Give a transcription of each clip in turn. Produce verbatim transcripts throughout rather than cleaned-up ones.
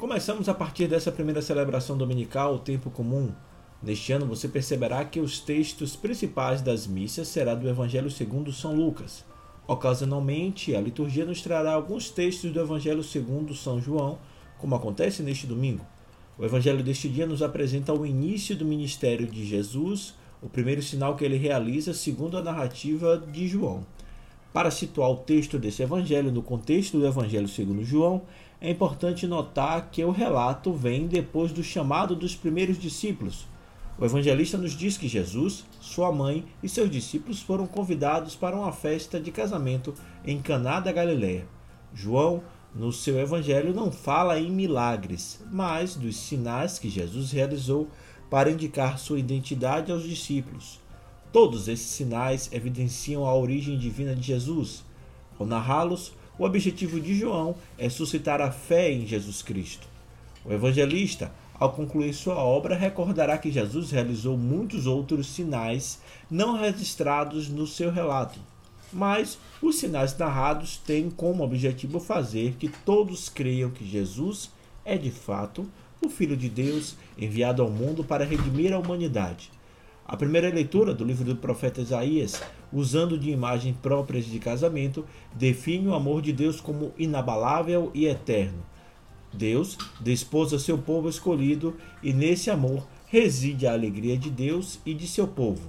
Começamos a partir dessa primeira celebração dominical, o tempo comum. Neste ano você perceberá que os textos principais das missas será do Evangelho segundo São Lucas. Ocasionalmente, a liturgia nos trará alguns textos do Evangelho segundo São João, como acontece neste domingo. O Evangelho deste dia nos apresenta o início do ministério de Jesus, o primeiro sinal que ele realiza segundo a narrativa de João. Para situar o texto desse Evangelho no contexto do Evangelho segundo João, é importante notar que o relato vem depois do chamado dos primeiros discípulos. O evangelista nos diz que Jesus, sua mãe e seus discípulos foram convidados para uma festa de casamento em Caná da Galileia. João, no seu evangelho, não fala em milagres, mas dos sinais que Jesus realizou para indicar sua identidade aos discípulos. Todos esses sinais evidenciam a origem divina de Jesus. Ao narrá-los, o objetivo de João é suscitar a fé em Jesus Cristo. O evangelista, ao concluir sua obra, recordará que Jesus realizou muitos outros sinais não registrados no seu relato, mas os sinais narrados têm como objetivo fazer que todos creiam que Jesus é de fato o Filho de Deus enviado ao mundo para redimir a humanidade. A primeira leitura do livro do profeta Isaías, usando de imagens próprias de casamento, define o amor de Deus como inabalável e eterno. Deus desposa seu povo escolhido e nesse amor reside a alegria de Deus e de seu povo.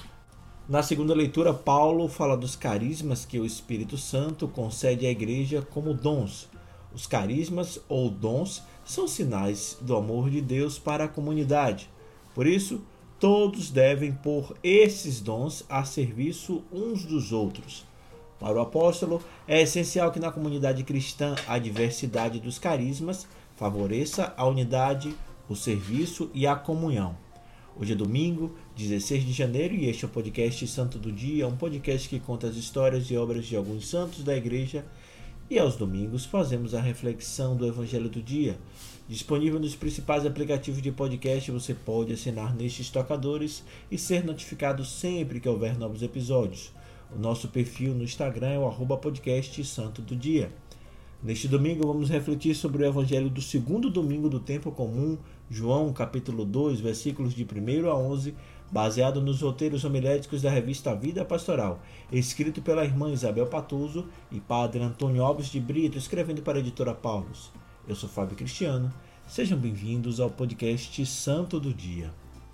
Na segunda leitura, Paulo fala dos carismas que o Espírito Santo concede à igreja como dons. Os carismas ou dons são sinais do amor de Deus para a comunidade. Por isso, todos devem pôr esses dons a serviço uns dos outros. Para o apóstolo, é essencial que na comunidade cristã a diversidade dos carismas favoreça a unidade, o serviço e a comunhão. Hoje é domingo, dezesseis de janeiro, e este é o podcast Santo do Dia, um podcast que conta as histórias e obras de alguns santos da igreja. E aos domingos fazemos a reflexão do Evangelho do Dia. Disponível nos principais aplicativos de podcast, você pode assinar nestes tocadores e ser notificado sempre que houver novos episódios. O nosso perfil no Instagram é o arroba podcast Santo do Dia. Neste domingo vamos refletir sobre o Evangelho do segundo domingo do tempo comum, João capítulo dois, versículos de primeiro a onze, baseado nos roteiros homiléticos da revista Vida Pastoral, escrito pela irmã Isabel Patuso e padre Antônio Alves de Brito, escrevendo para a editora Paulus. Eu sou Fábio Cristiano, sejam bem-vindos ao podcast Santo do Dia.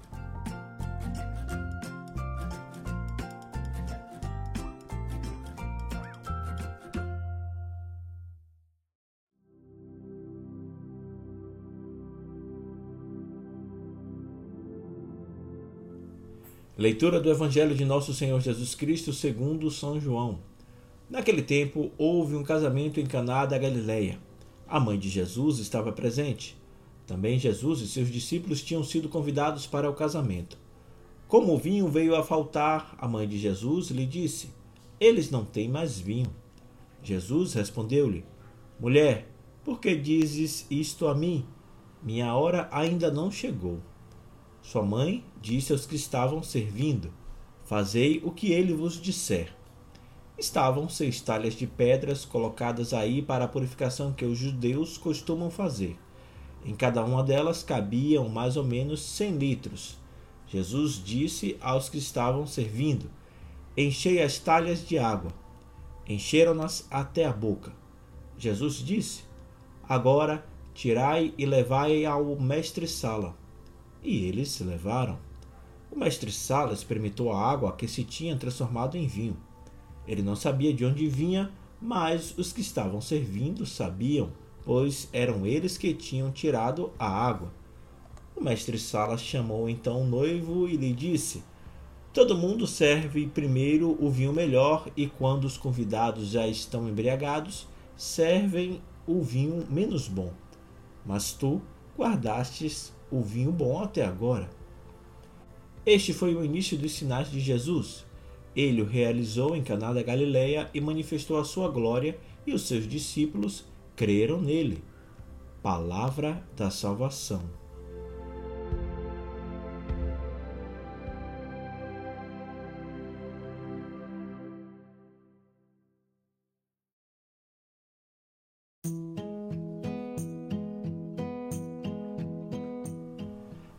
Leitura do Evangelho de Nosso Senhor Jesus Cristo segundo São João. Naquele tempo, houve um casamento em Caná da Galileia. A mãe de Jesus estava presente. Também Jesus e seus discípulos tinham sido convidados para o casamento. Como o vinho veio a faltar, a mãe de Jesus lhe disse: "Eles não têm mais vinho." Jesus respondeu-lhe: "Mulher, por que dizes isto a mim? Minha hora ainda não chegou." Sua mãe disse aos que estavam servindo: "Fazei o que ele vos disser." Estavam seis talhas de pedras colocadas aí para a purificação que os judeus costumam fazer. Em cada uma delas cabiam mais ou menos cem litros. Jesus disse aos que estavam servindo: "Enchei as talhas de água." Encheram-nas até a boca. Jesus disse: "Agora tirai e levai ao mestre-sala." E eles levaram. O mestre-sala experimentou a água que se tinha transformado em vinho. Ele não sabia de onde vinha, mas os que estavam servindo sabiam, pois eram eles que tinham tirado a água. O mestre-sala chamou então o noivo e lhe disse: "Todo mundo serve primeiro o vinho melhor, e quando os convidados já estão embriagados, servem o vinho menos bom. Mas tu guardastes o vinho bom até agora." Este foi o início dos sinais de Jesus. Ele o realizou em Caná da Galileia e manifestou a sua glória, e os seus discípulos creram nele. Palavra da salvação.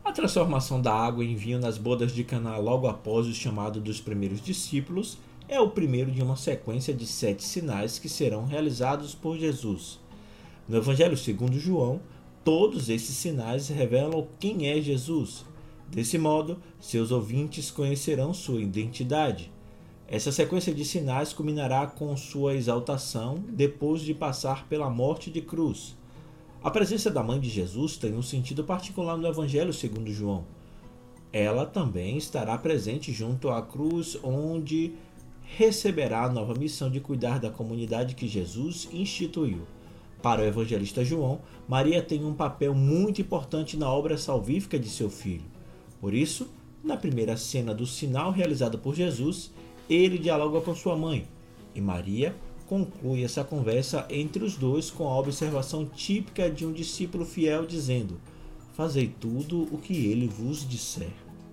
A transformação da água em vinho nas bodas de Caná logo após o chamado dos primeiros discípulos é o primeiro de uma sequência de sete sinais que serão realizados por Jesus. No Evangelho segundo João, todos esses sinais revelam quem é Jesus. Desse modo, seus ouvintes conhecerão sua identidade. Essa sequência de sinais culminará com sua exaltação depois de passar pela morte de cruz. A presença da mãe de Jesus tem um sentido particular no Evangelho segundo João. Ela também estará presente junto à cruz, onde receberá a nova missão de cuidar da comunidade que Jesus instituiu. Para o evangelista João, Maria tem um papel muito importante na obra salvífica de seu filho. Por isso, na primeira cena do sinal realizado por Jesus, ele dialoga com sua mãe, e Maria conclui essa conversa entre os dois com a observação típica de um discípulo fiel dizendo: "Fazei tudo o que ele vos disser."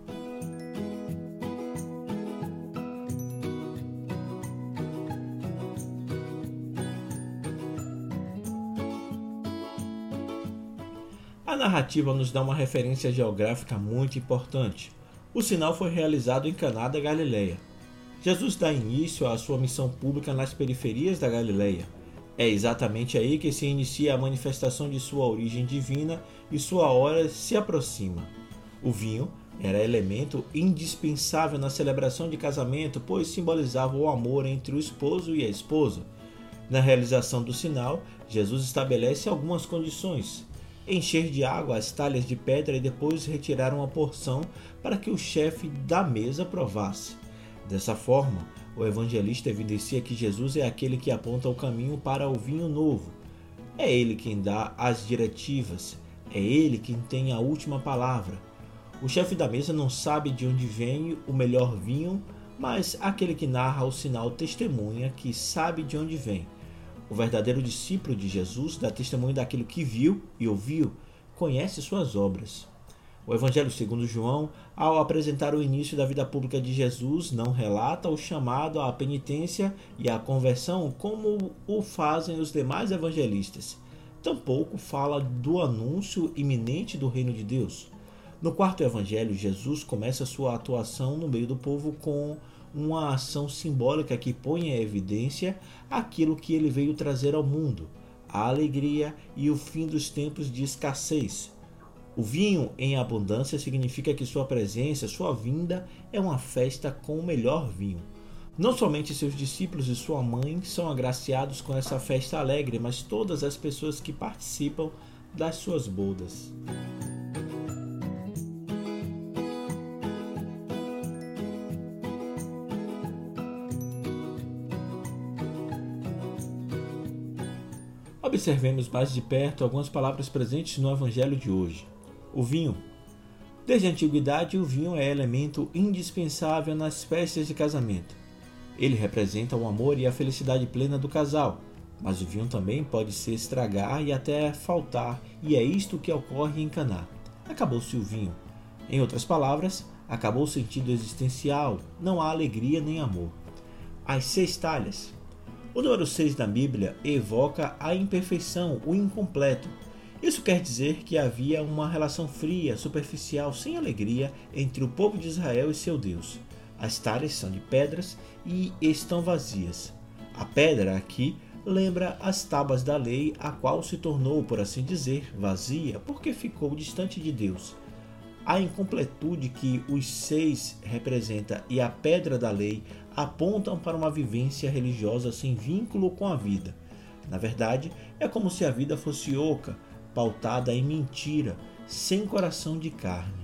A narrativa nos dá uma referência geográfica muito importante. O sinal foi realizado em Caná da Galileia. Jesus dá início à sua missão pública nas periferias da Galileia. É exatamente aí que se inicia a manifestação de sua origem divina e sua hora se aproxima. O vinho era elemento indispensável na celebração de casamento, pois simbolizava o amor entre o esposo e a esposa. Na realização do sinal, Jesus estabelece algumas condições: encher de água as talhas de pedra e depois retirar uma porção para que o chefe da mesa provasse. Dessa forma, o evangelista evidencia que Jesus é aquele que aponta o caminho para o vinho novo. É ele quem dá as diretivas, é ele quem tem a última palavra. O chefe da mesa não sabe de onde vem o melhor vinho, mas aquele que narra o sinal testemunha que sabe de onde vem. O verdadeiro discípulo de Jesus dá testemunho daquilo que viu e ouviu, conhece suas obras. O Evangelho segundo João, ao apresentar o início da vida pública de Jesus, não relata o chamado à penitência e à conversão como o fazem os demais evangelistas. Tampouco fala do anúncio iminente do reino de Deus. No quarto evangelho, Jesus começa sua atuação no meio do povo com uma ação simbólica que põe em evidência aquilo que ele veio trazer ao mundo, a alegria e o fim dos tempos de escassez. O vinho em abundância significa que sua presença, sua vinda, é uma festa com o melhor vinho. Não somente seus discípulos e sua mãe são agraciados com essa festa alegre, mas todas as pessoas que participam das suas bodas. Observemos mais de perto algumas palavras presentes no Evangelho de hoje. O vinho. Desde a antiguidade, o vinho é elemento indispensável nas festas de casamento. Ele representa o amor e a felicidade plena do casal, mas o vinho também pode se estragar e até faltar, e é isto que ocorre em Caná. Acabou-se o vinho. Em outras palavras, acabou o sentido existencial, não há alegria nem amor. As seis talhas. O número seis da Bíblia evoca a imperfeição, o incompleto. Isso quer dizer que havia uma relação fria, superficial, sem alegria entre o povo de Israel e seu Deus. As talhas são de pedras e estão vazias. A pedra aqui lembra as tábuas da lei, a qual se tornou, por assim dizer, vazia, porque ficou distante de Deus. A incompletude que os seis representa e a pedra da lei apontam para uma vivência religiosa sem vínculo com a vida. Na verdade, é como se a vida fosse oca, pautada em mentira, sem coração de carne.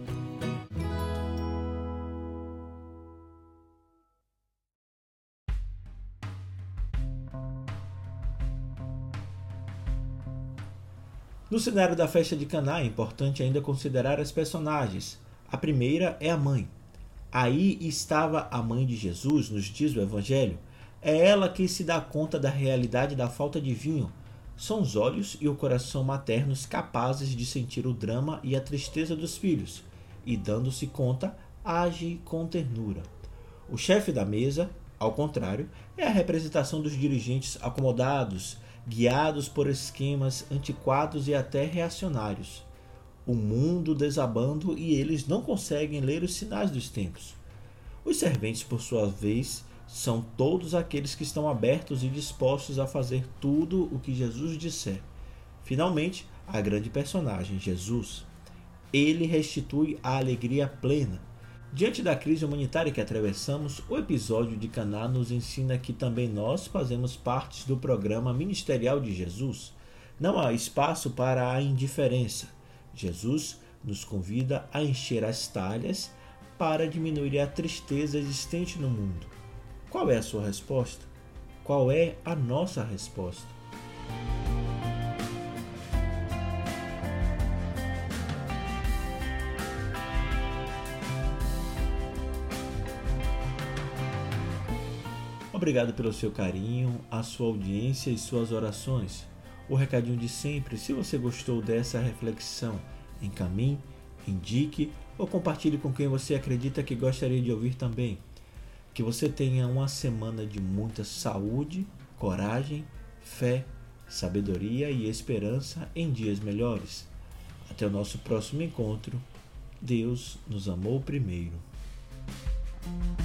No cenário da festa de Caná é importante ainda considerar as personagens. A primeira é a mãe. Aí estava a mãe de Jesus, nos diz o Evangelho. É ela que se dá conta da realidade da falta de vinho. São os olhos e o coração maternos capazes de sentir o drama e a tristeza dos filhos, e dando-se conta, age com ternura. O chefe da mesa, ao contrário, é a representação dos dirigentes acomodados, guiados por esquemas antiquados e até reacionários. o mundo desabando e eles não conseguem ler os sinais dos tempos. Os serventes, por sua vez, são todos aqueles que estão abertos e dispostos a fazer tudo o que Jesus disser. Finalmente, a grande personagem, Jesus. Ele restitui a alegria plena. Diante da crise humanitária que atravessamos, o episódio de Caná nos ensina que também nós fazemos parte do programa ministerial de Jesus. Não há espaço para a indiferença. Jesus nos convida a encher as talhas para diminuir a tristeza existente no mundo. Qual é a sua resposta? Qual é a nossa resposta? Obrigado pelo seu carinho, a sua audiência e suas orações. O recadinho de sempre, se você gostou dessa reflexão, encaminhe, indique ou compartilhe com quem você acredita que gostaria de ouvir também. Que você tenha uma semana de muita saúde, coragem, fé, sabedoria e esperança em dias melhores. Até o nosso próximo encontro. Deus nos amou primeiro.